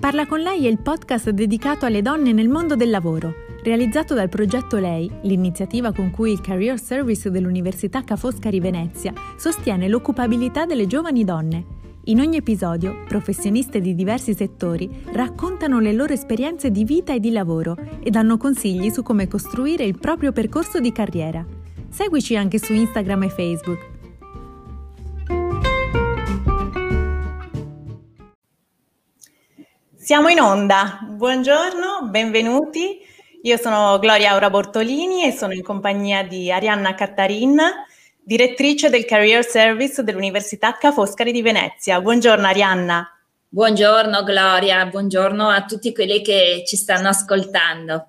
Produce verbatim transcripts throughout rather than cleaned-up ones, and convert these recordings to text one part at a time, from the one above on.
Parla con lei è il podcast dedicato alle donne nel mondo del lavoro, realizzato dal progetto Lei, l'iniziativa con cui il Career Service dell'Università Ca' Foscari Venezia sostiene l'occupabilità delle giovani donne. In ogni episodio, professioniste di diversi settori raccontano le loro esperienze di vita e di lavoro e danno consigli su come costruire il proprio percorso di carriera. Seguici anche su Instagram e Facebook. Siamo in onda, buongiorno, benvenuti. Io sono Gloria Aura Bortolini e sono in compagnia di Arianna Cattarin, direttrice del Career Service dell'Università Ca' Foscari di Venezia. Buongiorno Arianna. Buongiorno Gloria, buongiorno a tutti quelli che ci stanno ascoltando.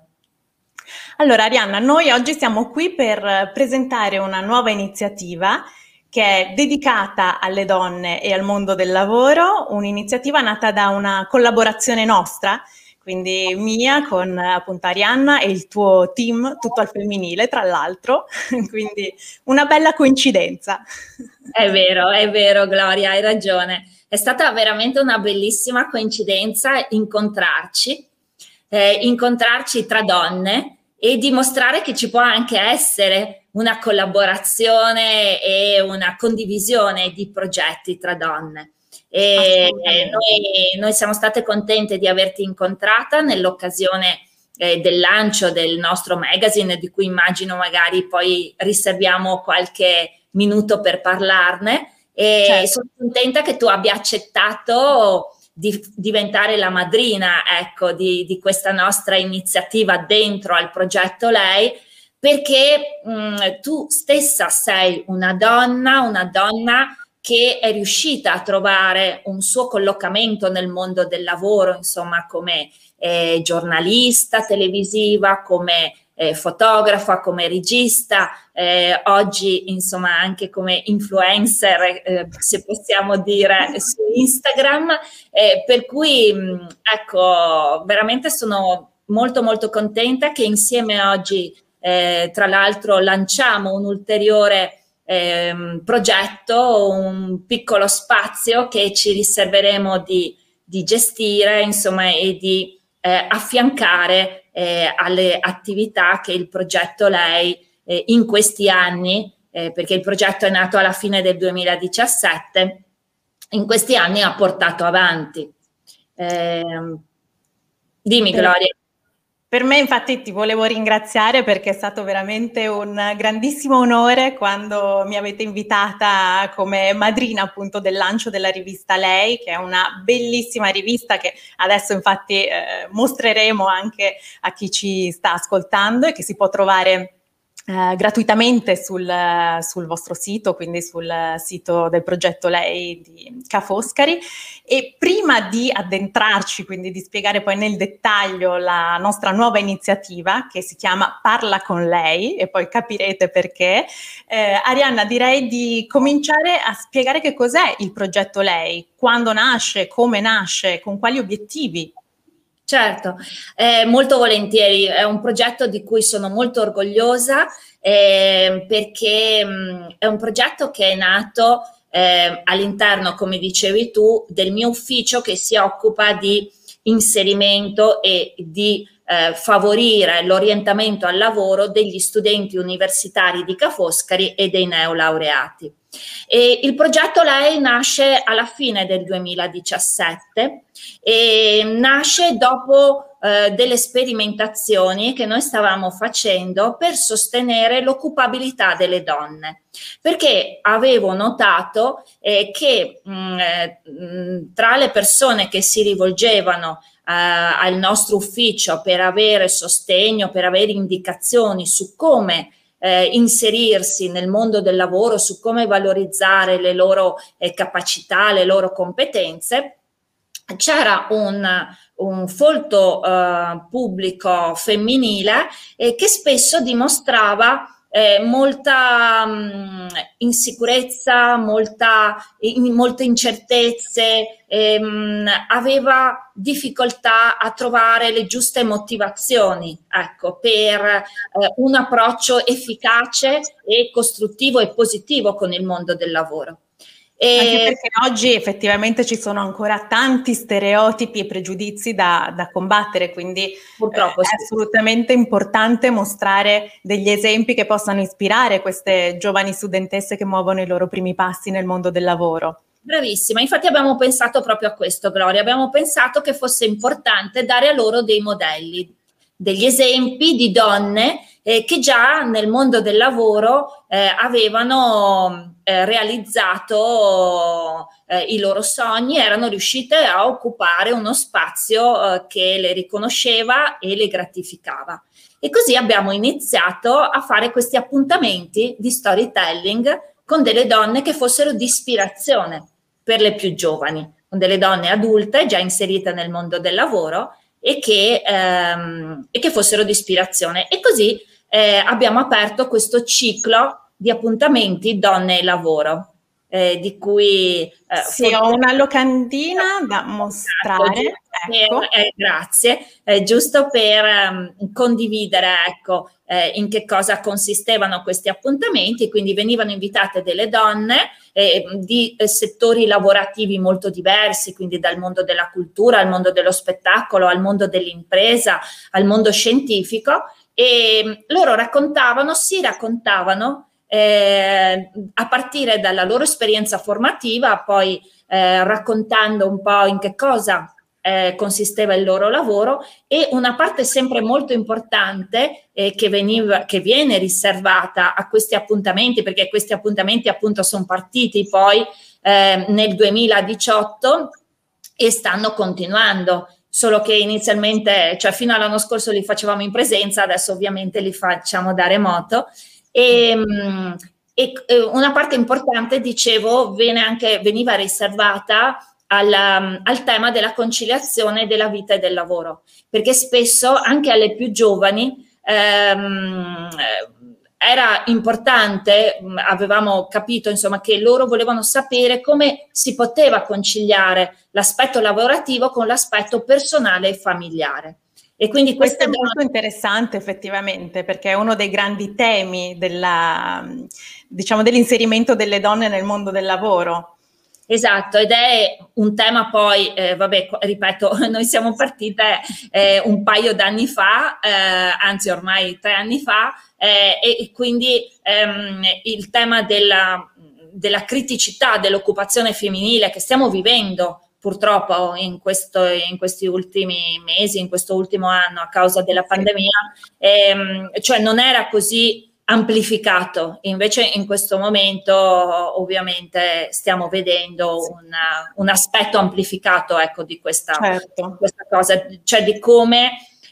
Allora Arianna, noi oggi siamo qui per presentare una nuova iniziativa che è dedicata alle donne e al mondo del lavoro, un'iniziativa nata da una collaborazione nostra, quindi mia con appunto Arianna e il tuo team, tutto al femminile tra l'altro, quindi una bella coincidenza. È vero, è vero Gloria, hai ragione. È stata veramente una bellissima coincidenza incontrarci, eh, incontrarci tra donne e dimostrare che ci può anche essere una collaborazione e una condivisione di progetti tra donne. E noi, noi siamo state contente di averti incontrata nell'occasione eh, del lancio del nostro magazine, di cui immagino magari poi riserviamo qualche minuto per parlarne. E certo. Sono contenta che tu abbia accettato di diventare la madrina, ecco, di, di questa nostra iniziativa dentro al progetto Lei, perché mh, tu stessa sei una donna, una donna che è riuscita a trovare un suo collocamento nel mondo del lavoro, insomma, come eh, giornalista televisiva, come eh, fotografa, come regista, eh, oggi insomma anche come influencer, eh, se possiamo dire, su Instagram, eh, per cui mh, ecco, veramente sono molto molto contenta che insieme oggi Eh, tra l'altro lanciamo un ulteriore eh, progetto, un piccolo spazio che ci riserveremo di, di gestire, insomma, e di eh, affiancare eh, alle attività che il progetto Lei eh, in questi anni, eh, perché il progetto è nato alla fine del duemiladiciassette, in questi anni ha portato avanti. Eh, dimmi Gloria. Per me infatti ti volevo ringraziare perché è stato veramente un grandissimo onore quando mi avete invitata come madrina appunto del lancio della rivista Lei, che è una bellissima rivista che adesso infatti eh, mostreremo anche a chi ci sta ascoltando e che si può trovare Uh, gratuitamente sul, uh, sul vostro sito, quindi sul uh, sito del progetto Lei di Ca' Foscari. E prima di addentrarci, quindi di spiegare poi nel dettaglio la nostra nuova iniziativa che si chiama Parla con Lei, e poi capirete perché, eh, Arianna, direi di cominciare a spiegare che cos'è il progetto Lei, quando nasce, come nasce, con quali obiettivi. Certo, eh, molto volentieri, è un progetto di cui sono molto orgogliosa eh, perché mh, è un progetto che è nato eh, all'interno, come dicevi tu, del mio ufficio che si occupa di inserimento e di eh, favorire l'orientamento al lavoro degli studenti universitari di Ca' Foscari e dei neolaureati. E il progetto Lei nasce alla fine del duemiladiciassette e nasce dopo eh, delle sperimentazioni che noi stavamo facendo per sostenere l'occupabilità delle donne, perché avevo notato eh, che mh, tra le persone che si rivolgevano eh, al nostro ufficio per avere sostegno, per avere indicazioni su come Eh, inserirsi nel mondo del lavoro, su come valorizzare le loro eh, capacità, le loro competenze, c'era un, un folto eh, pubblico femminile eh, che spesso dimostrava eh, molta mh, insicurezza, molta, in, molte incertezze, ehm, aveva difficoltà a trovare le giuste motivazioni, ecco, per eh, un approccio efficace e costruttivo e positivo con il mondo del lavoro. E anche perché oggi effettivamente ci sono ancora tanti stereotipi e pregiudizi da, da combattere, quindi purtroppo eh, sì. È assolutamente importante mostrare degli esempi che possano ispirare queste giovani studentesse che muovono i loro primi passi nel mondo del lavoro. Bravissima, infatti abbiamo pensato proprio a questo, Gloria, abbiamo pensato che fosse importante dare a loro dei modelli, degli esempi di donne eh, che già nel mondo del lavoro eh, avevano eh, realizzato eh, i loro sogni, erano riuscite a occupare uno spazio eh, che le riconosceva e le gratificava. E così abbiamo iniziato a fare questi appuntamenti di storytelling con delle donne che fossero di ispirazione per le più giovani, con delle donne adulte già inserite nel mondo del lavoro e che, ehm, e che fossero di ispirazione. E così eh, abbiamo aperto questo ciclo di appuntamenti donne e lavoro, eh, di cui... Eh, sì, ho una locandina da mostrare. Ecco. Per, eh, grazie, eh, giusto per um, condividere, ecco, eh, in che cosa consistevano questi appuntamenti. Quindi venivano invitate delle donne eh, di eh, settori lavorativi molto diversi, quindi dal mondo della cultura al mondo dello spettacolo, al mondo dell'impresa, al mondo scientifico, e loro raccontavano, si raccontavano eh, a partire dalla loro esperienza formativa, poi eh, raccontando un po' in che cosa Eh, consisteva il loro lavoro, e una parte sempre molto importante eh, che, veniva, che viene riservata a questi appuntamenti, perché questi appuntamenti appunto sono partiti poi eh, nel duemiladiciotto e stanno continuando, solo che inizialmente, cioè fino all'anno scorso li facevamo in presenza, adesso ovviamente li facciamo da remoto. E, e una parte importante, dicevo, viene anche, veniva riservata Al, al tema della conciliazione della vita e del lavoro, perché spesso anche alle più giovani ehm, era importante, avevamo capito insomma che loro volevano sapere come si poteva conciliare l'aspetto lavorativo con l'aspetto personale e familiare. E quindi questo è molto interessante effettivamente, perché è uno dei grandi temi della, diciamo, dell'inserimento delle donne nel mondo del lavoro. Esatto, ed è un tema poi, eh, vabbè, ripeto, noi siamo partite eh, un paio d'anni fa, eh, anzi ormai tre anni fa, eh, e quindi ehm, il tema della, della criticità dell'occupazione femminile che stiamo vivendo purtroppo in, questo, in questi ultimi mesi, in questo ultimo anno a causa della pandemia, ehm, cioè non era così amplificato, invece in questo momento ovviamente stiamo vedendo un, un aspetto amplificato, ecco, di questa, certo. questa cosa, cioè di come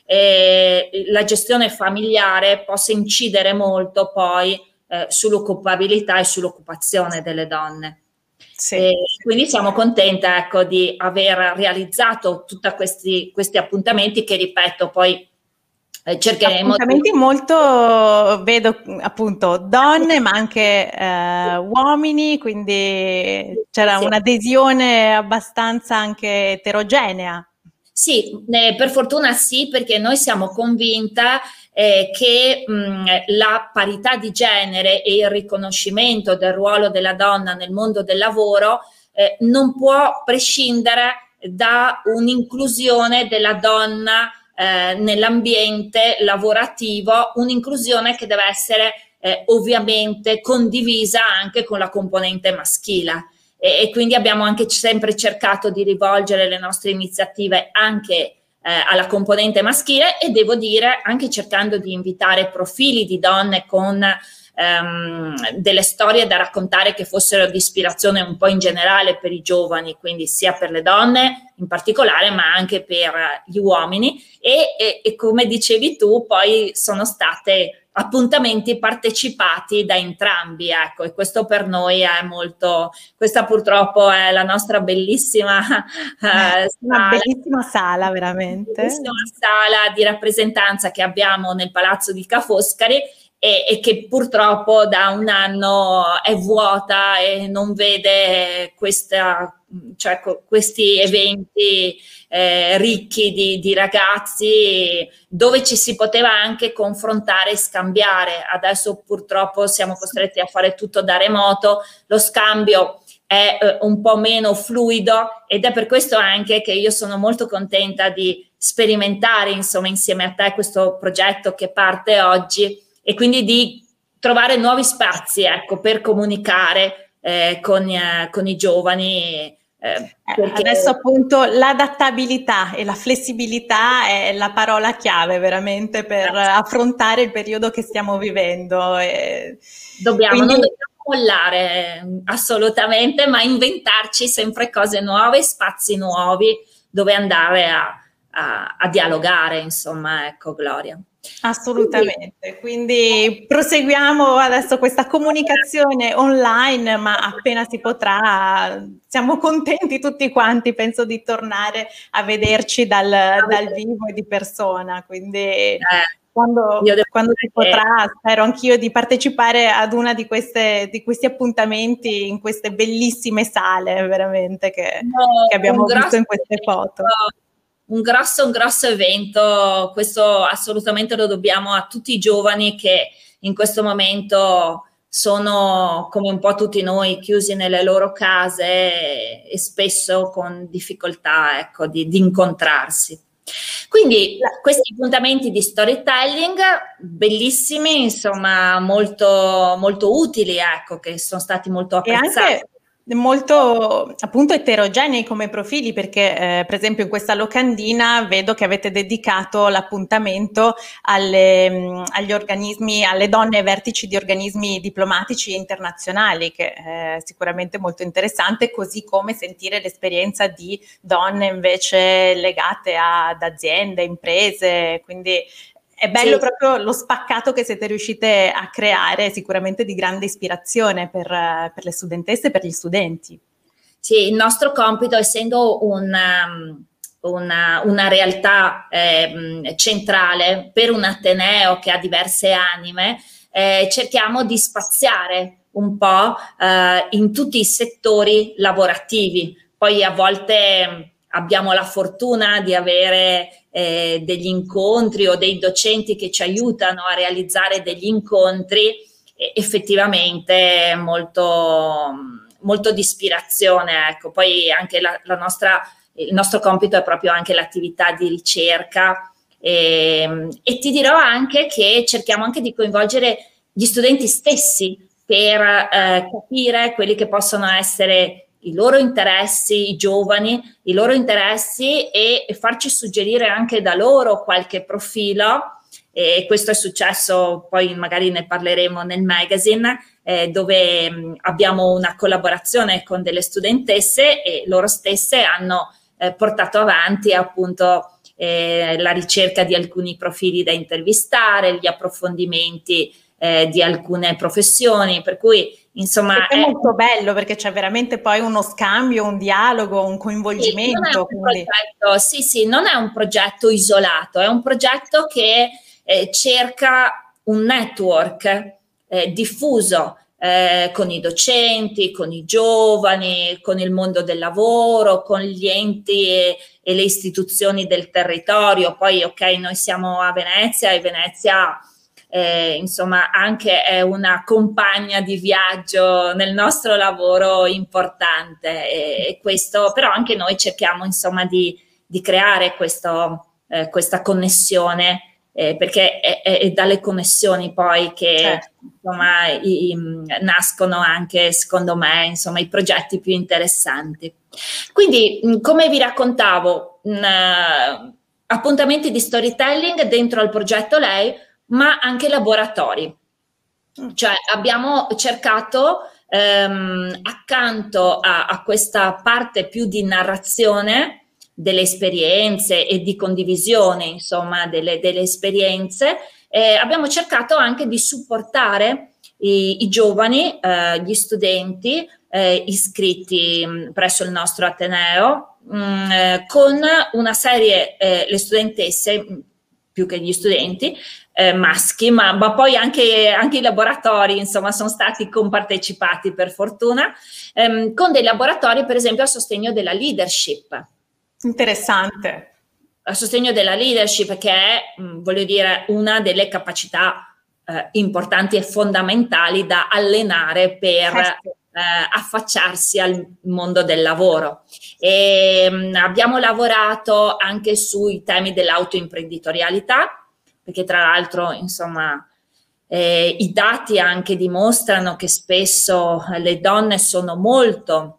eh, la gestione familiare possa incidere molto poi eh, sull'occupabilità e sull'occupazione delle donne. Sì. E quindi siamo contente, ecco, di aver realizzato tutti questi, questi appuntamenti che, ripeto, poi Eh, cercheremo appuntamenti di... molto, vedo appunto donne ma anche eh, uomini, quindi c'era sì. un'adesione abbastanza anche eterogenea. Sì, eh, per fortuna sì, perché noi siamo convinta eh, che mh, la parità di genere e il riconoscimento del ruolo della donna nel mondo del lavoro eh, non può prescindere da un'inclusione della donna Eh, nell'ambiente lavorativo, un'inclusione che deve essere eh, ovviamente condivisa anche con la componente maschile, e, e quindi abbiamo anche sempre cercato di rivolgere le nostre iniziative anche eh, alla componente maschile, e devo dire anche cercando di invitare profili di donne con ehm, delle storie da raccontare che fossero di ispirazione un po' in generale per i giovani, quindi sia per le donne in particolare ma anche per gli uomini, e, e, e come dicevi tu poi sono state appuntamenti partecipati da entrambi, ecco, e questo per noi è molto, questa purtroppo è la nostra bellissima eh, una sala, bellissima sala veramente, bellissima sala di rappresentanza che abbiamo nel Palazzo di Ca' Foscari, e, e che purtroppo da un anno è vuota e non vede questa, cioè, questi eventi eh, ricchi di, di ragazzi dove ci si poteva anche confrontare e scambiare. Adesso purtroppo siamo costretti a fare tutto da remoto, lo scambio è eh, un po' meno fluido, ed è per questo anche che io sono molto contenta di sperimentare, insomma, insieme a te questo progetto che parte oggi, e quindi di trovare nuovi spazi, ecco, per comunicare eh, con, eh, con i giovani. Eh, perché... Adesso appunto l'adattabilità e la flessibilità è la parola chiave veramente per Grazie. affrontare il periodo che stiamo vivendo. E dobbiamo, quindi... non dobbiamo mollare assolutamente, ma inventarci sempre cose nuove, spazi nuovi dove andare a, a, a dialogare, insomma, ecco, Gloria. Assolutamente, quindi proseguiamo adesso questa comunicazione online, ma appena si potrà siamo contenti tutti quanti, penso, di tornare a vederci dal, dal vivo e di persona, quindi eh, quando, quando si potrà spero anch'io di partecipare ad una di, queste, di questi appuntamenti in queste bellissime sale veramente che, no, che abbiamo visto in queste foto. Un grosso, un grosso evento, questo assolutamente lo dobbiamo a tutti i giovani che in questo momento sono, come un po' tutti noi, chiusi nelle loro case e, e spesso con difficoltà, ecco, di, di incontrarsi. Quindi questi appuntamenti di storytelling bellissimi, insomma, molto, molto utili, ecco, che sono stati molto apprezzati. E anche molto appunto eterogenei come profili, perché eh, per esempio in questa locandina vedo che avete dedicato l'appuntamento alle, mh, agli organismi, alle donne vertici di organismi diplomatici internazionali, che è sicuramente molto interessante, così come sentire l'esperienza di donne invece legate ad aziende, imprese, quindi è bello, sì, proprio lo spaccato che siete riuscite a creare, sicuramente di grande ispirazione per, per le studentesse e per gli studenti. Sì, il nostro compito, essendo una, una, una realtà eh, centrale per un ateneo che ha diverse anime, eh, cerchiamo di spaziare un po' eh, in tutti i settori lavorativi. Poi a volte abbiamo la fortuna di avere eh, degli incontri o dei docenti che ci aiutano a realizzare degli incontri eh, effettivamente molto, molto di ispirazione, ecco. Poi anche la, la nostra, il nostro compito è proprio anche l'attività di ricerca e, e ti dirò anche che cerchiamo anche di coinvolgere gli studenti stessi per eh, capire quelli che possono essere i loro interessi, i giovani, i loro interessi e, e farci suggerire anche da loro qualche profilo. E questo è successo, poi magari ne parleremo nel magazine, eh, dove mh, abbiamo una collaborazione con delle studentesse e loro stesse hanno eh, portato avanti appunto eh, la ricerca di alcuni profili da intervistare, gli approfondimenti eh, di alcune professioni, per cui insomma è, è molto bello perché c'è veramente poi uno scambio, un dialogo, un coinvolgimento. Sì, non è un progetto, sì, sì, non è un progetto isolato, è un progetto che eh, cerca un network eh, diffuso eh, con i docenti, con i giovani, con il mondo del lavoro, con gli enti e, e le istituzioni del territorio. Poi ok, noi siamo a Venezia e Venezia Eh, insomma anche è una compagna di viaggio nel nostro lavoro importante e, e questo, però anche noi cerchiamo insomma di, di creare questo, eh, questa connessione eh, perché è, è, è dalle connessioni poi che certo. insomma i, i, nascono anche secondo me insomma i progetti più interessanti. Quindi come vi raccontavo mh, appuntamenti di storytelling dentro al progetto Lei, ma anche laboratori, cioè abbiamo cercato ehm, accanto a, a questa parte più di narrazione delle esperienze e di condivisione insomma delle, delle esperienze, eh, abbiamo cercato anche di supportare i, i giovani, eh, gli studenti eh, iscritti mh, presso il nostro Ateneo mh, eh, con una serie, eh, le studentesse mh, più che gli studenti, eh, maschi, ma, ma poi anche, anche i laboratori, insomma, sono stati compartecipati per fortuna, ehm, con dei laboratori, per esempio, a sostegno della leadership. Interessante. A sostegno della leadership, che è, mh, voglio dire, una delle capacità eh, importanti e fondamentali da allenare per affacciarsi al mondo del lavoro. E, mh, abbiamo lavorato anche sui temi dell'autoimprenditorialità, perché tra l'altro, insomma, eh, i dati anche dimostrano che spesso le donne sono molto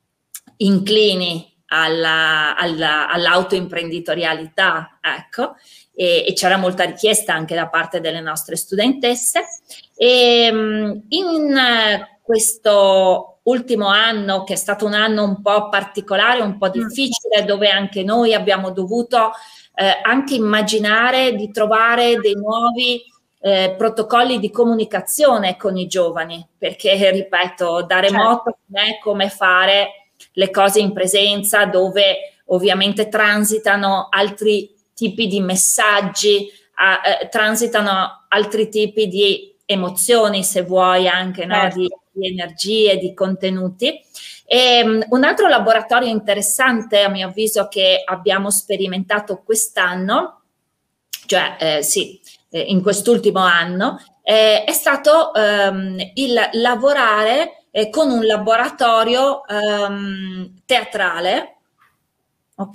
inclini alla, alla, all'autoimprenditorialità, ecco, e, e c'era molta richiesta anche da parte delle nostre studentesse. E in questo ultimo anno, che è stato un anno un po' particolare, un po' difficile, dove anche noi abbiamo dovuto eh, anche immaginare di trovare dei nuovi eh, protocolli di comunicazione con i giovani, perché, ripeto, da remoto non è come fare le cose in presenza, dove ovviamente transitano altri tipi di messaggi, eh, transitano altri tipi di emozioni, se vuoi, anche, no? Certo. di, di energie, di contenuti. E, um, un altro laboratorio interessante, a mio avviso, che abbiamo sperimentato quest'anno, cioè eh, sì, eh, in quest'ultimo anno, eh, è stato um, il lavorare eh, con un laboratorio um, teatrale, ok?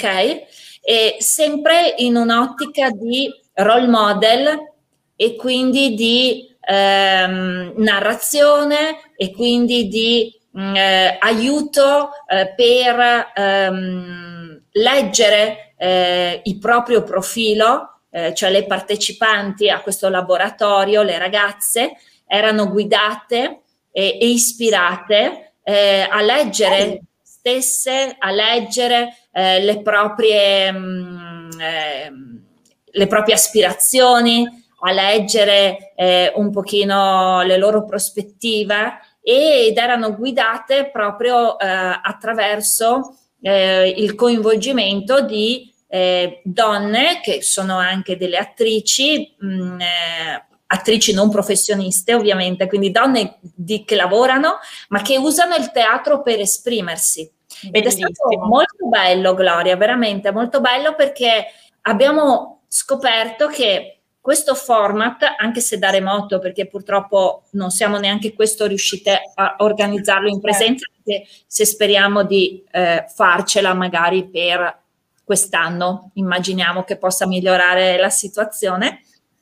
E sempre in un'ottica di role model e quindi di ehm, narrazione e quindi di mh, eh, aiuto eh, per ehm, leggere eh, il proprio profilo, eh, cioè le partecipanti a questo laboratorio, le ragazze, erano guidate e, e ispirate eh, a leggere stesse, a leggere eh, le proprie mh, eh, le proprie aspirazioni, a leggere eh, un pochino le loro prospettive, ed erano guidate proprio eh, attraverso eh, il coinvolgimento di eh, donne che sono anche delle attrici, mh, eh, attrici non professioniste ovviamente, quindi donne di, che lavorano ma che usano il teatro per esprimersi. Bellissimo. Ed è stato molto bello, Gloria, veramente molto bello, perché abbiamo scoperto che questo format, anche se da remoto, perché purtroppo non siamo neanche questo riuscite a organizzarlo in presenza, anche se speriamo di eh, farcela magari per quest'anno, immaginiamo che possa migliorare la situazione.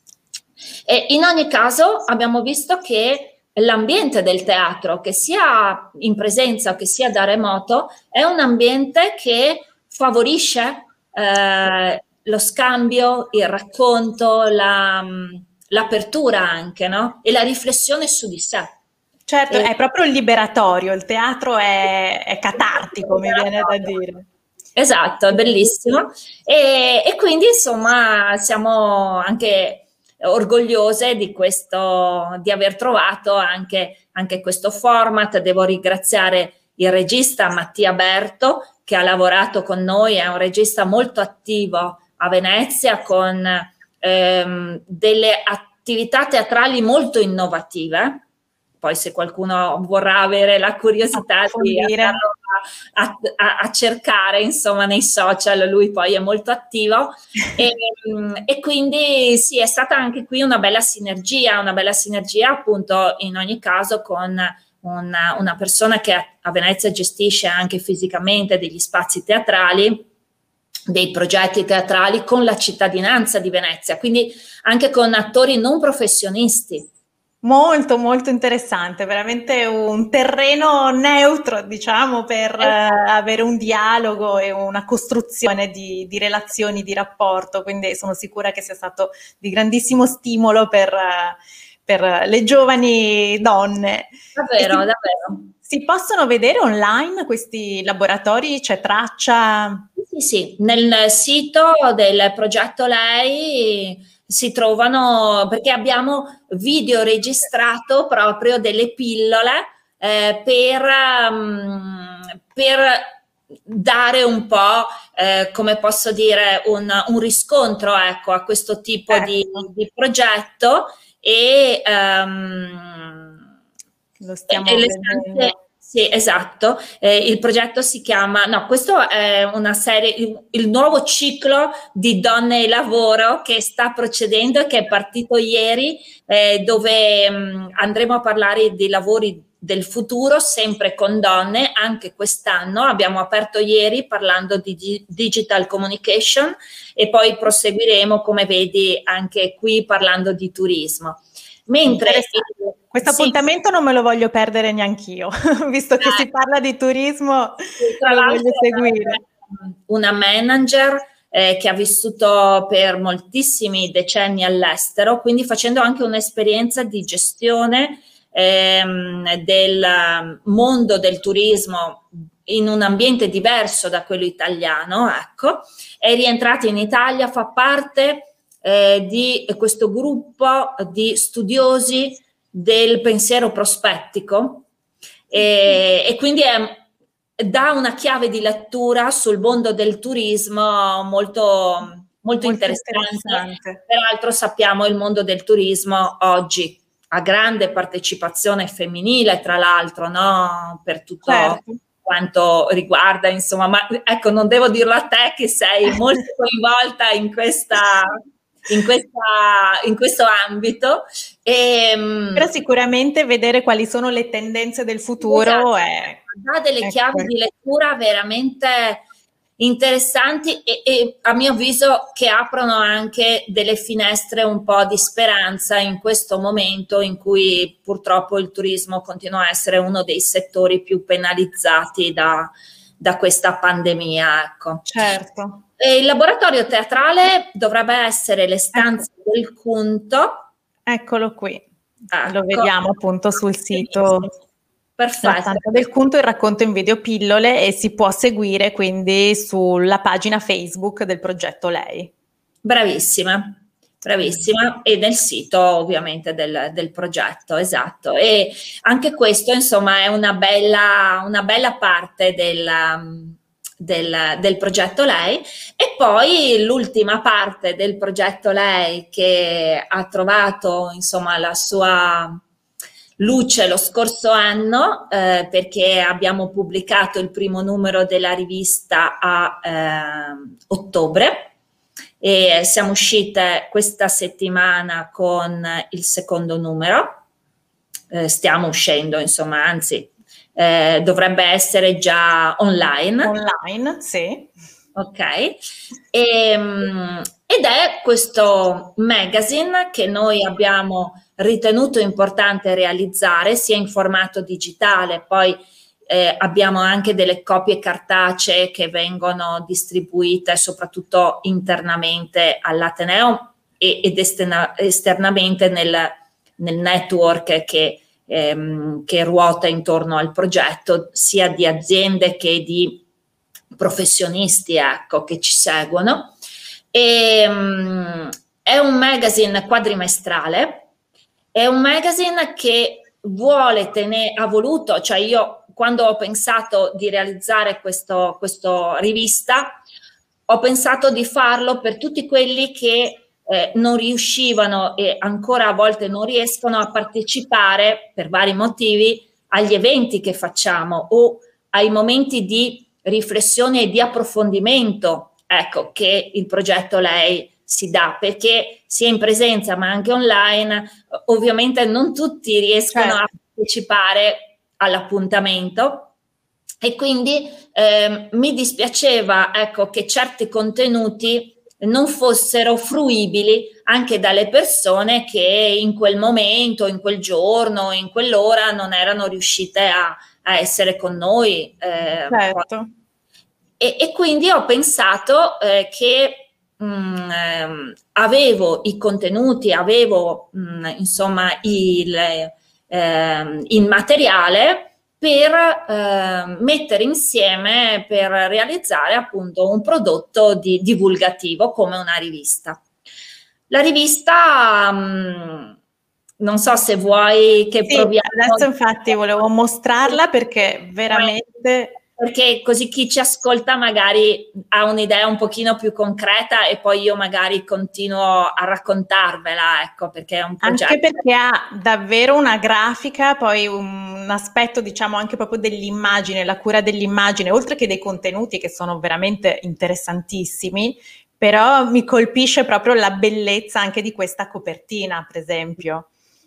E in ogni caso abbiamo visto che l'ambiente del teatro, che sia in presenza o che sia da remoto, è un ambiente che favorisce eh, lo scambio, il racconto, la, l'apertura anche, no? E la riflessione su di sé. Certo, e, è proprio liberatorio, il teatro è, è catartico, mi viene da dire. Esatto, è bellissimo. E, e quindi, insomma, siamo anche orgogliose di questo, di aver trovato anche, anche questo format. Devo ringraziare il regista Mattia Berto, che ha lavorato con noi, è un regista molto attivo a Venezia, con ehm, delle attività teatrali molto innovative. Poi se qualcuno vorrà avere la curiosità di andarlo a, a, a cercare, insomma, nei social, lui poi è molto attivo. e, e quindi sì, è stata anche qui una bella sinergia, una bella sinergia appunto in ogni caso con una, una persona che a, a Venezia gestisce anche fisicamente degli spazi teatrali, dei progetti teatrali con la cittadinanza di Venezia, quindi anche con attori non professionisti. Molto, molto interessante, veramente un terreno neutro, diciamo, per eh, avere un dialogo e una costruzione di, di relazioni, di rapporto, quindi sono sicura che sia stato di grandissimo stimolo per, per le giovani donne. Davvero, si, davvero. Si possono vedere online questi laboratori? C'è traccia? Sì, sì, nel sito del progetto Lei si trovano, perché abbiamo video registrato proprio delle pillole eh, per, um, per dare un po', eh, come posso dire, un, un riscontro, ecco, a questo tipo ecco. di, di progetto, e um, lo stiamo e vedendo. Sì, esatto. Eh, il progetto si chiama, no, questo è una serie, il, il nuovo ciclo di Donne e Lavoro che sta procedendo e che è partito ieri, eh, dove mh, andremo a parlare dei lavori del futuro, sempre con donne. Anche quest'anno abbiamo aperto ieri parlando di digital communication e poi proseguiremo, come vedi, anche qui parlando di turismo. Mentre questo sì, appuntamento non me lo voglio perdere neanch'io, visto che eh, si parla di turismo, tra lo l'altro voglio seguire. Una manager eh, che ha vissuto per moltissimi decenni all'estero, quindi facendo anche un'esperienza di gestione ehm, del mondo del turismo in un ambiente diverso da quello italiano, ecco, è rientrata in Italia, fa parte eh, di questo gruppo di studiosi del pensiero prospettico e, e quindi è dà una chiave di lettura sul mondo del turismo molto, molto, molto interessante. interessante. Peraltro sappiamo il mondo del turismo oggi ha grande partecipazione femminile, tra l'altro, no? Per tutto certo. quanto riguarda, insomma, ma ecco, non devo dirlo a te che sei molto coinvolta in questa... In, questa, in questo ambito. E, però sicuramente vedere quali sono le tendenze del futuro esatto, è, dà delle ecco. chiavi di lettura veramente interessanti e, e a mio avviso che aprono anche delle finestre un po' di speranza in questo momento in cui purtroppo il turismo continua a essere uno dei settori più penalizzati da, da questa pandemia, ecco. Certo. E il laboratorio teatrale dovrebbe essere le stanze ecco. del Cunto. Eccolo qui, ecco. Lo vediamo appunto sul sito. Perfetto. La stanza del Cunto, il racconto in video pillole, e si può seguire quindi sulla pagina Facebook del progetto Lei. Bravissima, bravissima, e nel sito ovviamente del, del progetto, esatto. E anche questo insomma è una bella, una bella parte del... Del, del progetto Lei. E poi l'ultima parte del progetto Lei che ha trovato insomma la sua luce lo scorso anno eh, perché abbiamo pubblicato il primo numero della rivista a eh, ottobre e siamo uscite questa settimana con il secondo numero, eh, stiamo uscendo insomma, anzi Eh, dovrebbe essere già online. Online, sì. Ok. E, um, ed è questo magazine che noi abbiamo ritenuto importante realizzare sia in formato digitale, poi eh, abbiamo anche delle copie cartacee che vengono distribuite soprattutto internamente all'Ateneo e, ed esterna, esternamente nel, nel network che Ehm, che ruota intorno al progetto, sia di aziende che di professionisti, ecco, che ci seguono. E, um, è un magazine quadrimestrale, è un magazine che vuole tenere, ha voluto, cioè io quando ho pensato di realizzare questo, questo rivista, ho pensato di farlo per tutti quelli che Eh, non riuscivano e ancora a volte non riescono a partecipare per vari motivi agli eventi che facciamo o ai momenti di riflessione e di approfondimento, ecco, che il progetto Lei si dà, perché sia in presenza ma anche online ovviamente non tutti riescono certo. a partecipare all'appuntamento e quindi eh, mi dispiaceva, ecco, che certi contenuti non fossero fruibili anche dalle persone che in quel momento, in quel giorno, in quell'ora non erano riuscite a, a essere con noi. Eh, certo. e, e quindi ho pensato eh, che mh, ehm, avevo i contenuti, avevo mh, insomma il, eh, il materiale per eh, mettere insieme, per realizzare appunto un prodotto di, divulgativo come una rivista. La rivista, mh, non so se vuoi che sì, proviamo... Adesso infatti volevo mostrarla perché veramente... Perché così chi ci ascolta magari ha un'idea un pochino più concreta e poi io magari continuo a raccontarvela, ecco, perché è un progetto. Anche perché ha davvero una grafica, poi un aspetto diciamo anche proprio dell'immagine, la cura dell'immagine, oltre che dei contenuti che sono veramente interessantissimi, però mi colpisce proprio la bellezza anche di questa copertina, per esempio.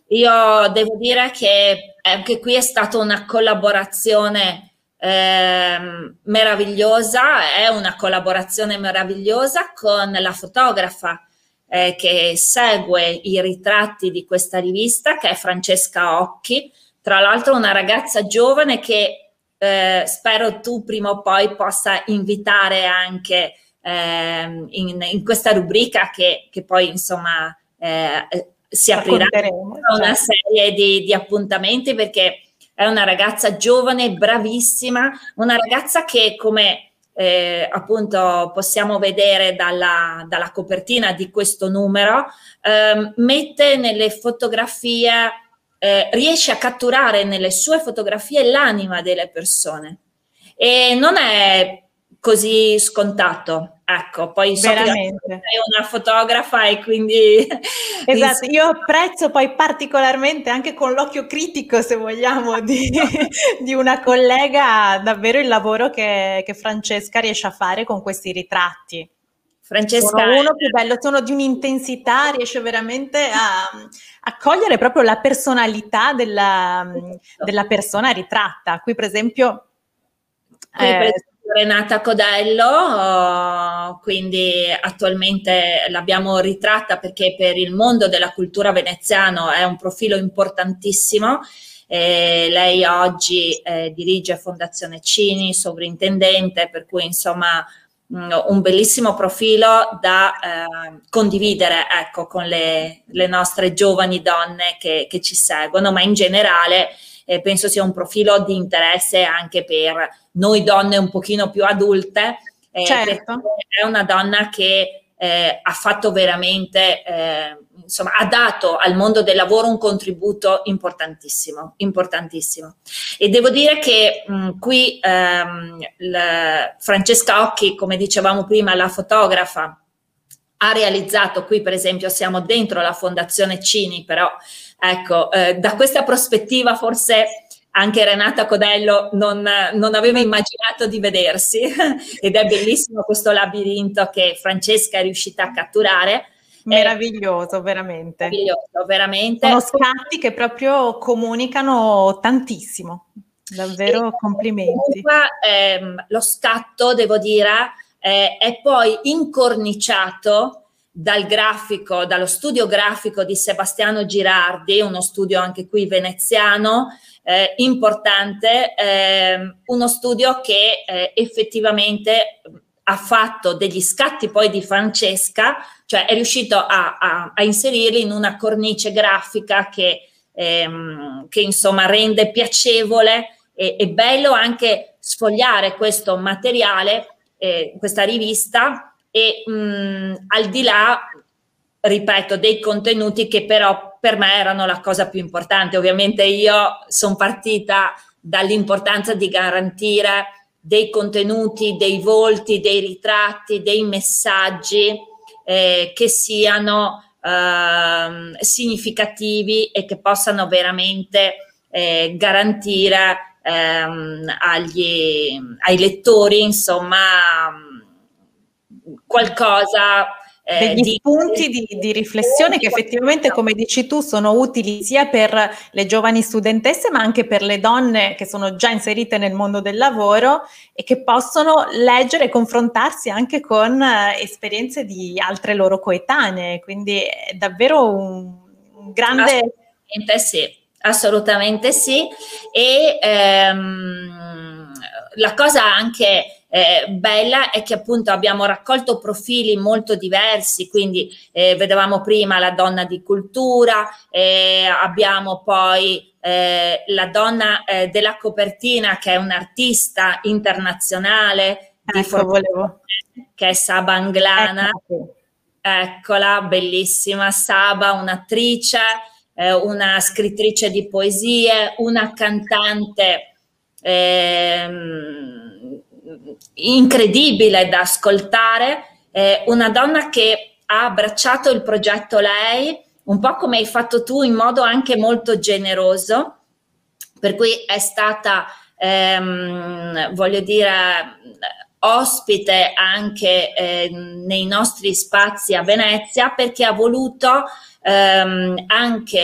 io devo dire che anche qui è stata una collaborazione ehm, meravigliosa, è una collaborazione meravigliosa con la fotografa eh, che segue i ritratti di questa rivista, che è Francesca Occhi, tra l'altro una ragazza giovane che eh, spero tu prima o poi possa invitare anche ehm, in, in questa rubrica che, che poi insomma eh, si aprirà una certo. serie di, di appuntamenti, perché è una ragazza giovane, bravissima, una ragazza che, come eh, appunto possiamo vedere dalla, dalla copertina di questo numero, eh, mette nelle fotografie, eh, riesce a catturare nelle sue fotografie l'anima delle persone, e non è così scontato. Ecco, poi so Veramente. che sei una fotografa e quindi... Esatto, io apprezzo poi particolarmente, anche con l'occhio critico, se vogliamo, di, di una collega, davvero il lavoro che, che Francesca riesce a fare con questi ritratti. Francesca sono uno è... più bello, sono di un'intensità, riesce veramente a, a cogliere proprio la personalità della, della persona ritratta. Qui per esempio... Qui eh, Renata Codello, quindi attualmente l'abbiamo ritratta perché per il mondo della cultura veneziano è un profilo importantissimo. Eh, lei oggi eh, dirige Fondazione Cini, sovrintendente, per cui insomma mh, un bellissimo profilo da eh, condividere, ecco, con le, le nostre giovani donne che, che ci seguono, ma in generale eh, penso sia un profilo di interesse anche per noi donne un pochino più adulte, eh, certo. perché è una donna che eh, ha fatto veramente, eh, insomma, ha dato al mondo del lavoro un contributo importantissimo, importantissimo. E devo dire che mh, qui ehm, la Francesca Occhi, come dicevamo prima, la fotografa, ha realizzato, qui per esempio siamo dentro la Fondazione Cini, però ecco, eh, da questa prospettiva forse anche Renata Codello non, non aveva immaginato di vedersi ed è bellissimo questo labirinto che Francesca è riuscita a catturare. Meraviglioso, veramente. Meraviglioso, veramente. Sono scatti che proprio comunicano tantissimo, davvero e, complimenti. Comunque, ehm, lo scatto, devo dire, eh, è poi incorniciato dal grafico, dallo studio grafico di Sebastiano Girardi, uno studio anche qui veneziano, eh, importante, eh, uno studio che eh, effettivamente ha fatto degli scatti poi di Francesca, cioè è riuscito a, a, a inserirli in una cornice grafica che, ehm, che insomma rende piacevole e, e bello anche sfogliare questo materiale, eh, questa rivista, e mh, al di là, ripeto, dei contenuti che però per me erano la cosa più importante. Ovviamente io sono partita dall'importanza di garantire dei contenuti, dei volti, dei ritratti, dei messaggi eh, che siano eh, significativi e che possano veramente eh, garantire ehm, agli, ai lettori, insomma, qualcosa eh, degli di, spunti di, di riflessione che effettivamente, come dici tu, sono utili sia per le giovani studentesse ma anche per le donne che sono già inserite nel mondo del lavoro e che possono leggere e confrontarsi anche con eh, esperienze di altre loro coetanee, quindi è davvero un, un grande... Assolutamente sì, assolutamente sì. E ehm, la cosa anche Eh, bella è che appunto abbiamo raccolto profili molto diversi, quindi eh, vedevamo prima la donna di cultura, eh, abbiamo poi eh, la donna eh, della copertina che è un'artista internazionale di ecco, volevo. che è Saba Anglana, ecco. Eccola, bellissima Saba, un'attrice, eh, una scrittrice di poesie, una cantante ehm, incredibile da ascoltare, eh, una donna che ha abbracciato il progetto Lei, un po' come hai fatto tu, in modo anche molto generoso, per cui è stata, ehm, voglio dire, ospite anche eh, nei nostri spazi a Venezia, perché ha voluto ehm, anche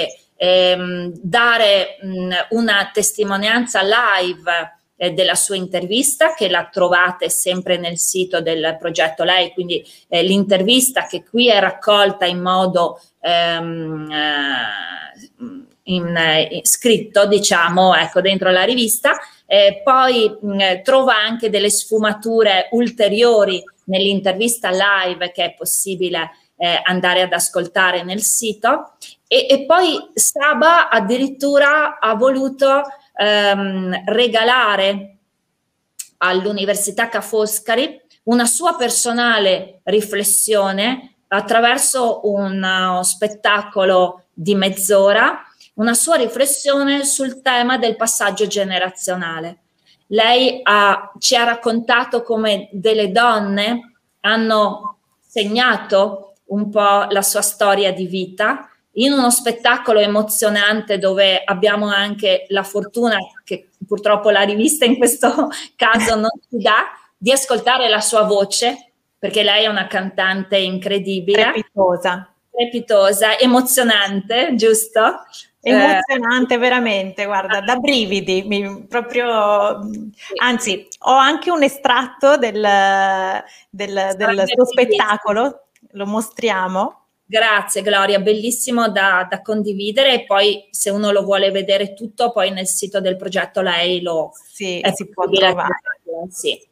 ehm, dare mh, una testimonianza live eh, della sua intervista, che la trovate sempre nel sito del progetto Lei, quindi eh, l'intervista che qui è raccolta in modo ehm, eh, in, in scritto, diciamo, ecco, dentro la rivista. Eh, poi mh, trova anche delle sfumature ulteriori nell'intervista live che è possibile eh, andare ad ascoltare nel sito, e, e poi Saba addirittura ha voluto ehm, regalare all'Università Ca' Foscari una sua personale riflessione attraverso uno spettacolo di mezz'ora, una sua riflessione sul tema del passaggio generazionale. Lei ha, ci ha raccontato come delle donne hanno segnato un po' la sua storia di vita in uno spettacolo emozionante, dove abbiamo anche la fortuna, che purtroppo la rivista in questo caso non ci dà, di ascoltare la sua voce, perché lei è una cantante incredibile. Strepitosa. Strepitosa, emozionante, giusto? Emozionante, eh, veramente, guarda, da brividi, mi, proprio, anzi, ho anche un estratto del, del, del suo spettacolo, lo mostriamo. Grazie Gloria, bellissimo da, da condividere, e poi se uno lo vuole vedere tutto, poi nel sito del progetto Lei lo sì, si può trovare. Sì.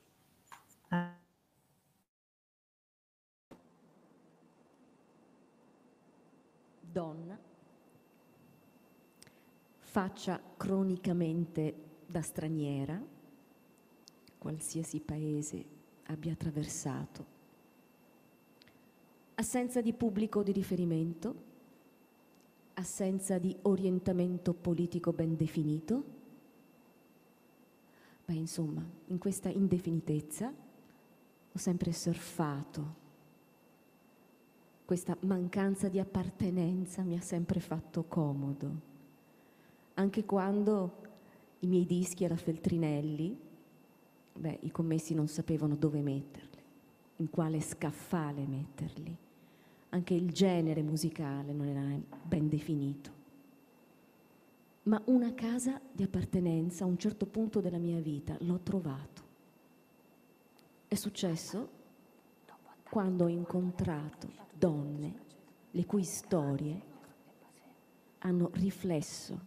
Donna, faccia cronicamente da straniera, qualsiasi paese abbia attraversato, assenza di pubblico di riferimento, assenza di orientamento politico ben definito. Beh, insomma, in questa indefinitezza ho sempre surfato. Questa mancanza di appartenenza mi ha sempre fatto comodo, anche quando i miei dischi alla Feltrinelli, beh, i commessi non sapevano dove metterli, in quale scaffale metterli. Anche il genere musicale non era ben definito. Ma una casa di appartenenza a un certo punto della mia vita l'ho trovato. È successo quando ho incontrato donne le cui storie hanno riflesso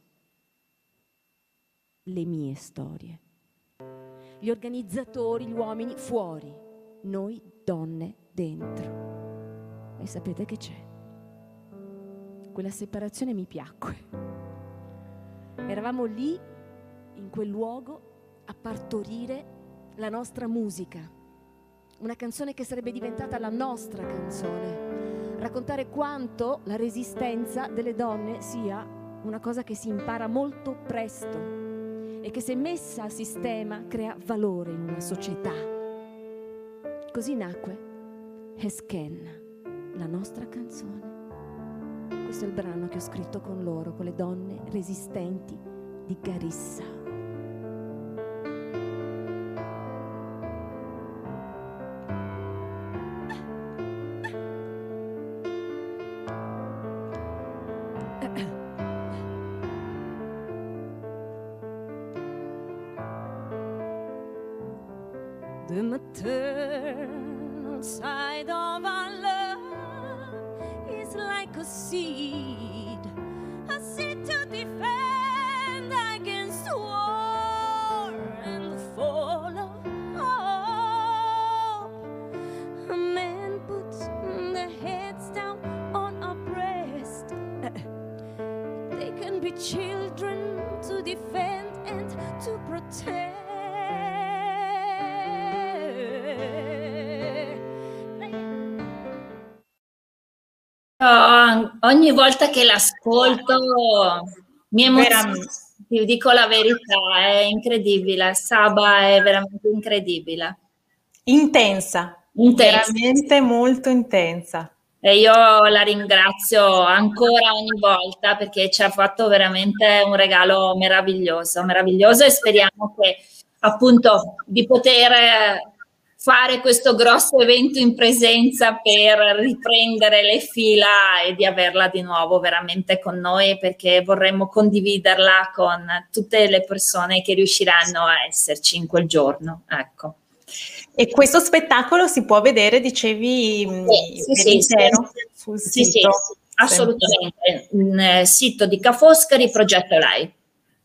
le mie storie. Gli organizzatori, gli uomini fuori, noi donne dentro. E sapete che c'è? Quella separazione mi piacque. Eravamo lì, in quel luogo, a partorire la nostra musica. Una canzone che sarebbe diventata la nostra canzone. Raccontare quanto la resistenza delle donne sia una cosa che si impara molto presto e che, se messa a sistema, crea valore in una società. Così nacque Hesken, la nostra canzone. Questo è il brano che ho scritto con loro, con le donne resistenti di Garissa. The maternal side of our love is like a seed, a seed to defend against war and the fall of hope. A man puts their heads down on our breast. They can be children to defend and to protect. Ogni volta che l'ascolto mi emoziono, ti dico la verità, è incredibile. Saba è veramente incredibile. Intensa, intensa. Veramente molto intensa. E io la ringrazio ancora ogni volta, perché ci ha fatto veramente un regalo meraviglioso, meraviglioso, e speriamo che appunto di poter fare questo grosso evento in presenza per riprendere le fila e di averla di nuovo veramente con noi, perché vorremmo condividerla con tutte le persone che riusciranno a esserci in quel giorno. Ecco. E questo spettacolo si può vedere, dicevi, sì, sì, intero sì, sul sì, sito? Sì, assolutamente. Nel sito di Ca' Foscari, Progetto Lei.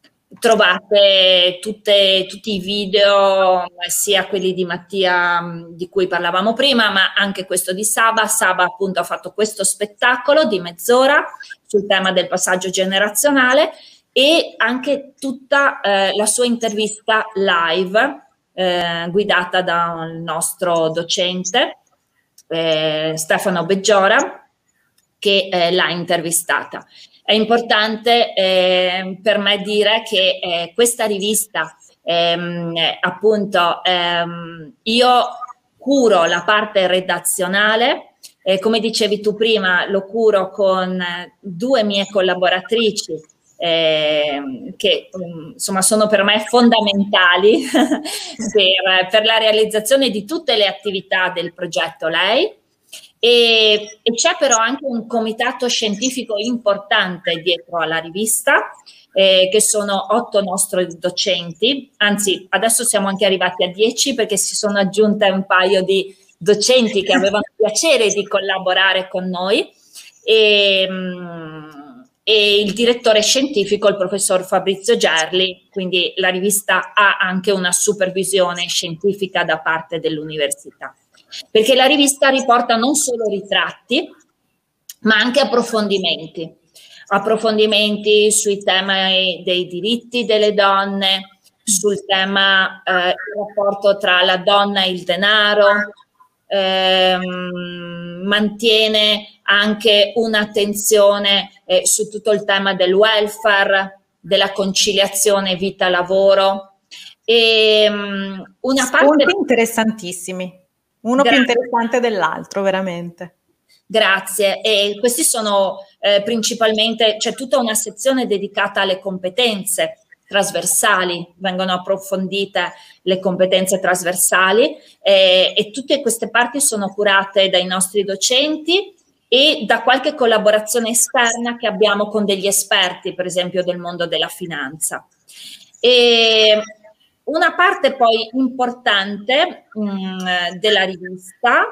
Trovate tutte, tutti i video, sia quelli di Mattia di cui parlavamo prima, ma anche questo di Saba. Saba appunto ha fatto questo spettacolo di mezz'ora sul tema del passaggio generazionale e anche tutta eh, la sua intervista live eh, guidata da un nostro docente, eh, Stefano Beggiora, che eh, l'ha intervistata. È importante eh, per me dire che eh, questa rivista, ehm, appunto, ehm, io curo la parte redazionale, eh, come dicevi tu prima, lo curo con due mie collaboratrici eh, che insomma sono per me fondamentali per, per la realizzazione di tutte le attività del progetto Lei. E, e c'è però anche un comitato scientifico importante dietro alla rivista, eh, che sono otto nostri docenti, anzi adesso siamo anche arrivati a dieci perché si sono aggiunte un paio di docenti che avevano piacere di collaborare con noi e, e il direttore scientifico, il professor Fabrizio Gerli, quindi la rivista ha anche una supervisione scientifica da parte dell'università. Perché la rivista riporta non solo ritratti, ma anche approfondimenti, approfondimenti sui temi dei diritti delle donne, sul tema eh, del rapporto tra la donna e il denaro, ehm, mantiene anche un'attenzione eh, su tutto il tema del welfare, della conciliazione vita-lavoro. E, um, una Spunti parte interessantissimi. Uno Grazie. più interessante dell'altro, veramente. Grazie. E questi sono eh, principalmente, c'è tutta una sezione dedicata alle competenze trasversali, vengono approfondite le competenze trasversali eh, e tutte queste parti sono curate dai nostri docenti e da qualche collaborazione esterna che abbiamo con degli esperti, per esempio del mondo della finanza. E una parte poi importante mh, della rivista,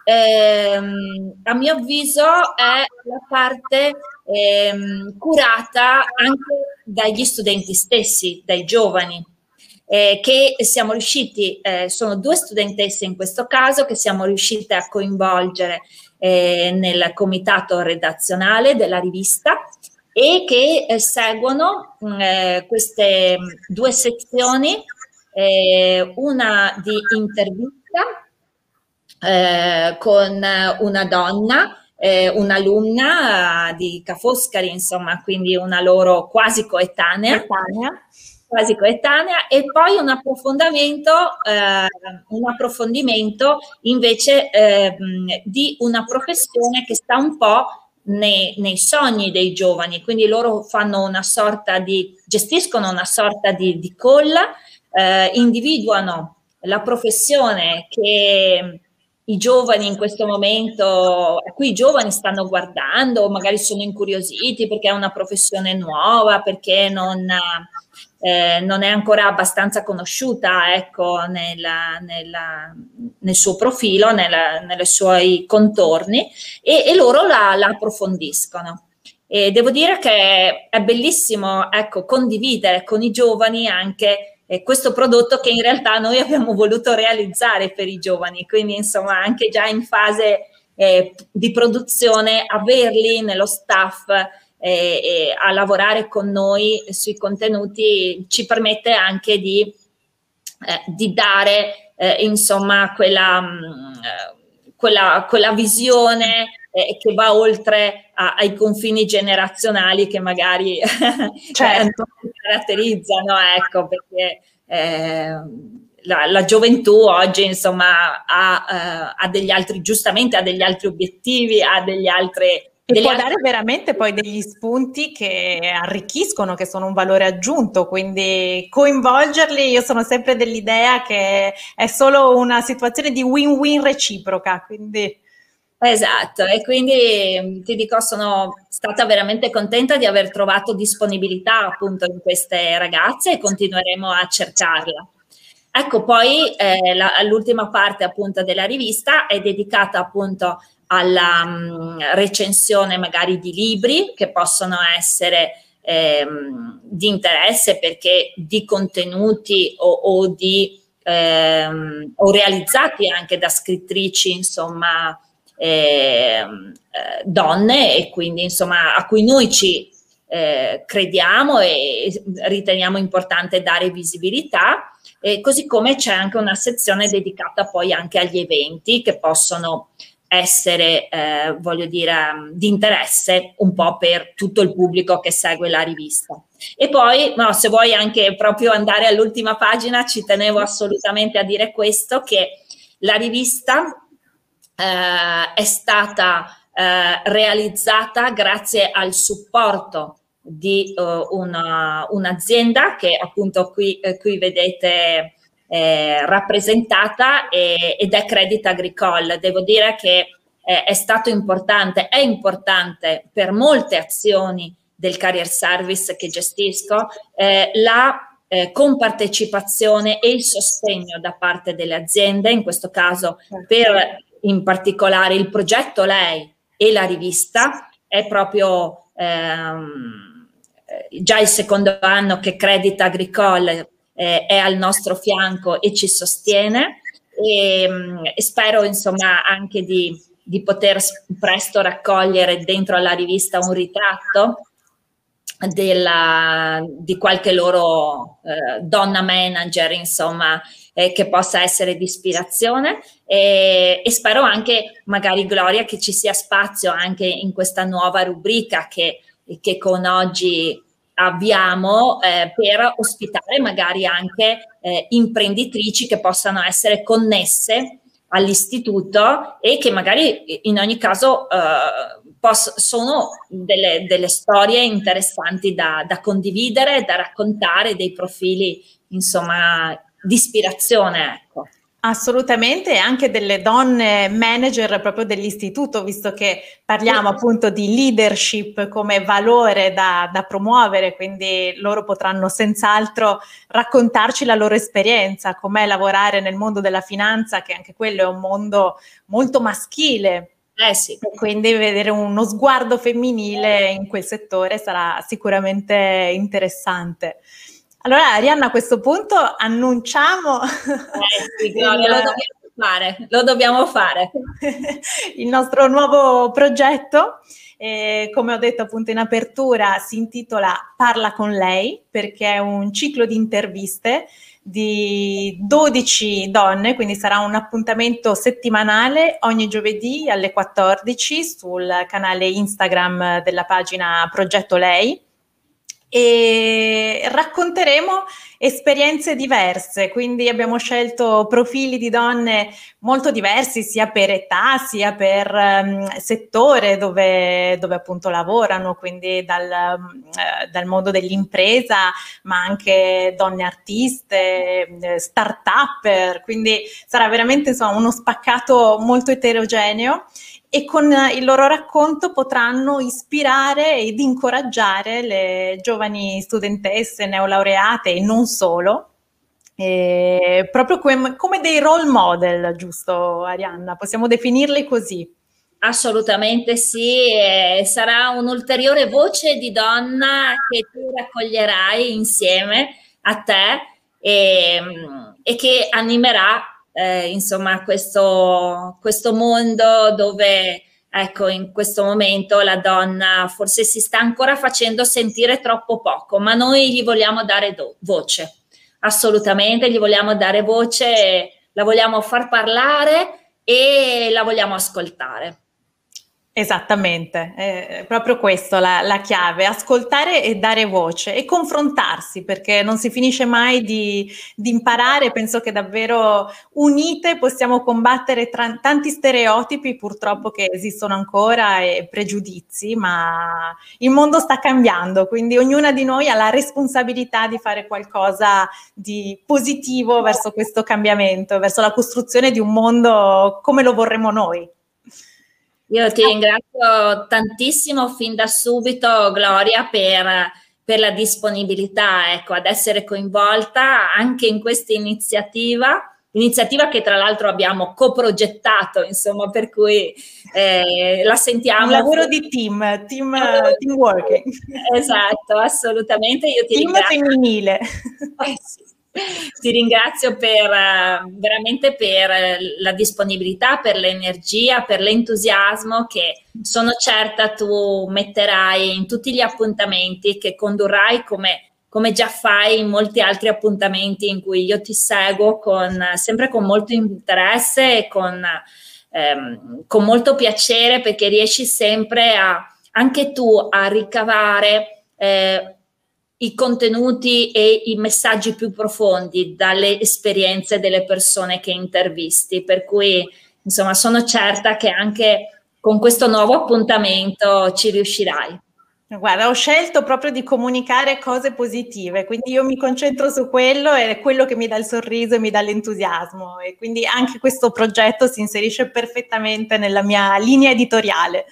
ehm, a mio avviso, è la parte ehm, curata anche dagli studenti stessi, dai giovani, eh, che siamo riusciti, eh, sono due studentesse in questo caso, che siamo riuscite a coinvolgere eh, nel comitato redazionale della rivista e che eh, seguono eh, queste due sezioni. Eh, una di intervista eh, con una donna, eh, un'alunna di Ca' Foscari, insomma, quindi una loro quasi coetanea, coetanea. quasi coetanea, e poi un approfondimento, eh, un approfondimento invece eh, di una professione che sta un po' nei, nei sogni dei giovani, quindi loro fanno una sorta di, gestiscono una sorta di, di call. Eh, individuano la professione che i giovani in questo momento, a cui i giovani stanno guardando, magari sono incuriositi perché è una professione nuova, perché non, eh, non è ancora abbastanza conosciuta, ecco, nella, nella, nel suo profilo, nella, nei suoi contorni, e, e loro la, la approfondiscono. E devo dire che è bellissimo, ecco, condividere con i giovani anche Eh, questo prodotto che in realtà noi abbiamo voluto realizzare per i giovani, quindi insomma anche già in fase eh, di produzione averli nello staff eh, eh, a lavorare con noi sui contenuti ci permette anche di, eh, di dare eh, insomma quella, mh, quella, quella visione eh, che va oltre a, ai confini generazionali che magari certo. caratterizzano, ecco, perché eh, la, la gioventù oggi insomma ha, eh, ha degli altri, giustamente ha degli altri obiettivi, ha degli altre E delle può altre... dare veramente poi degli spunti che arricchiscono, che sono un valore aggiunto, quindi coinvolgerli, io sono sempre dell'idea che è solo una situazione di win-win reciproca, quindi... Esatto, e quindi ti dico, sono stata veramente contenta di aver trovato disponibilità appunto in queste ragazze e continueremo a cercarla. Ecco, poi eh, la, l'ultima parte appunto della rivista è dedicata appunto alla mh, recensione magari di libri che possono essere ehm, di interesse perché di contenuti o, o di ehm, o realizzati anche da scrittrici, insomma, eh, eh, donne, e quindi insomma a cui noi ci eh, crediamo e riteniamo importante dare visibilità. E così come c'è anche una sezione dedicata poi anche agli eventi che possono essere, eh, voglio dire, di interesse un po' per tutto il pubblico che segue la rivista. E poi, no, se vuoi anche proprio andare all'ultima pagina, ci tenevo assolutamente a dire questo, che la rivista eh, è stata eh, realizzata grazie al supporto di uh, una, un'azienda che appunto qui, eh, qui vedete eh, rappresentata e, ed è Crédit Agricole. Devo dire che eh, è stato importante, è importante per molte azioni del career service che gestisco eh, la eh, compartecipazione e il sostegno da parte delle aziende, in questo caso per in particolare il progetto Lei e la rivista. È proprio ehm, già il secondo anno che Crédit Agricole eh, è al nostro fianco e ci sostiene, e, e spero insomma anche di, di poter presto raccogliere dentro alla rivista un ritratto della, di qualche loro eh, donna manager, insomma, eh, che possa essere di ispirazione, e, e spero anche magari, Gloria, che ci sia spazio anche in questa nuova rubrica che, che con oggi abbiamo eh, per ospitare magari anche eh, imprenditrici che possano essere connesse all'istituto e che magari in ogni caso eh, poss- sono delle, delle storie interessanti da, da condividere, da raccontare, dei profili insomma di ispirazione, ecco. Assolutamente, e anche delle donne manager proprio dell'istituto, visto che parliamo appunto di leadership come valore da, da promuovere, quindi loro potranno senz'altro raccontarci la loro esperienza, com'è lavorare nel mondo della finanza, che anche quello è un mondo molto maschile. Eh sì. Quindi vedere uno sguardo femminile in quel settore sarà sicuramente interessante. Allora, Arianna, a questo punto annunciamo eh sì, Gloria, lo dobbiamo fare, lo dobbiamo fare. il nostro nuovo progetto. Eh, come ho detto appunto in apertura, si intitola Parla con lei, perché è un ciclo di interviste di dodici donne, quindi sarà un appuntamento settimanale ogni giovedì alle quattordici sul canale Instagram della pagina Progetto Lei. E racconteremo esperienze diverse, quindi abbiamo scelto profili di donne molto diversi sia per età sia per um, settore dove, dove appunto lavorano, quindi dal, uh, dal mondo dell'impresa, ma anche donne artiste, start-upper, quindi sarà veramente insomma uno spaccato molto eterogeneo, e con il loro racconto potranno ispirare ed incoraggiare le giovani studentesse neolaureate e non solo, e proprio come, come dei role model, giusto Arianna? Possiamo definirli così? Assolutamente sì, e sarà un'ulteriore voce di donna che tu raccoglierai insieme a te e, e che animerà Eh, insomma questo, questo mondo dove, ecco, in questo momento la donna forse si sta ancora facendo sentire troppo poco, ma noi gli vogliamo dare do- voce, assolutamente gli vogliamo dare voce, la vogliamo far parlare e la vogliamo ascoltare. Esattamente, è proprio questo la, la chiave, ascoltare e dare voce e confrontarsi, perché non si finisce mai di, di imparare. Penso che davvero unite possiamo combattere tra, tanti stereotipi purtroppo che esistono ancora e pregiudizi, ma il mondo sta cambiando, quindi ognuna di noi ha la responsabilità di fare qualcosa di positivo verso questo cambiamento, verso la costruzione di un mondo come lo vorremmo noi. Io ti ringrazio tantissimo fin da subito, Gloria, per, per la disponibilità, ecco, ad essere coinvolta anche in questa iniziativa, iniziativa che tra l'altro abbiamo coprogettato, insomma, per cui eh, la sentiamo. Un lavoro di team, team, uh, team working. Esatto, assolutamente. Io ti team ringrazio. femminile. Eh, sì. Ti ringrazio per, veramente per la disponibilità, per l'energia, per l'entusiasmo che sono certa tu metterai in tutti gli appuntamenti che condurrai, come, come già fai in molti altri appuntamenti in cui io ti seguo con, sempre con molto interesse e con, ehm, con molto piacere, perché riesci sempre a, anche tu a ricavare eh, i contenuti e i messaggi più profondi dalle esperienze delle persone che intervisti, per cui insomma sono certa che anche con questo nuovo appuntamento ci riuscirai. Guarda, ho scelto proprio di comunicare cose positive, quindi io mi concentro su quello, ed è quello che mi dà il sorriso e mi dà l'entusiasmo, e quindi anche questo progetto si inserisce perfettamente nella mia linea editoriale.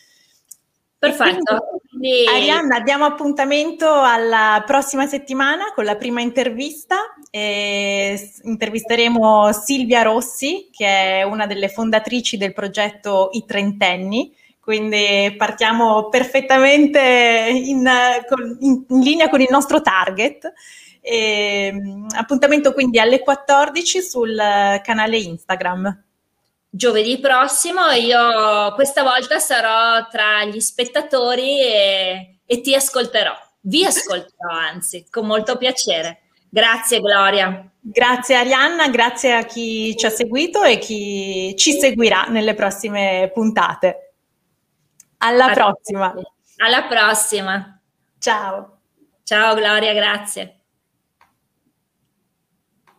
Perfetto. Quindi, Arianna, diamo appuntamento alla prossima settimana con la prima intervista. E intervisteremo Silvia Rossi, che è una delle fondatrici del progetto I Trentenni, quindi partiamo perfettamente in, in, in linea con il nostro target. E, appuntamento quindi alle quattordici sul canale Instagram. Giovedì prossimo io questa volta sarò tra gli spettatori e, e ti ascolterò, vi ascolterò anzi, con molto piacere. Grazie Gloria. Grazie Arianna, grazie a chi ci ha seguito e chi ci seguirà nelle prossime puntate. Alla prossima. Alla prossima. Ciao. Ciao Gloria, grazie.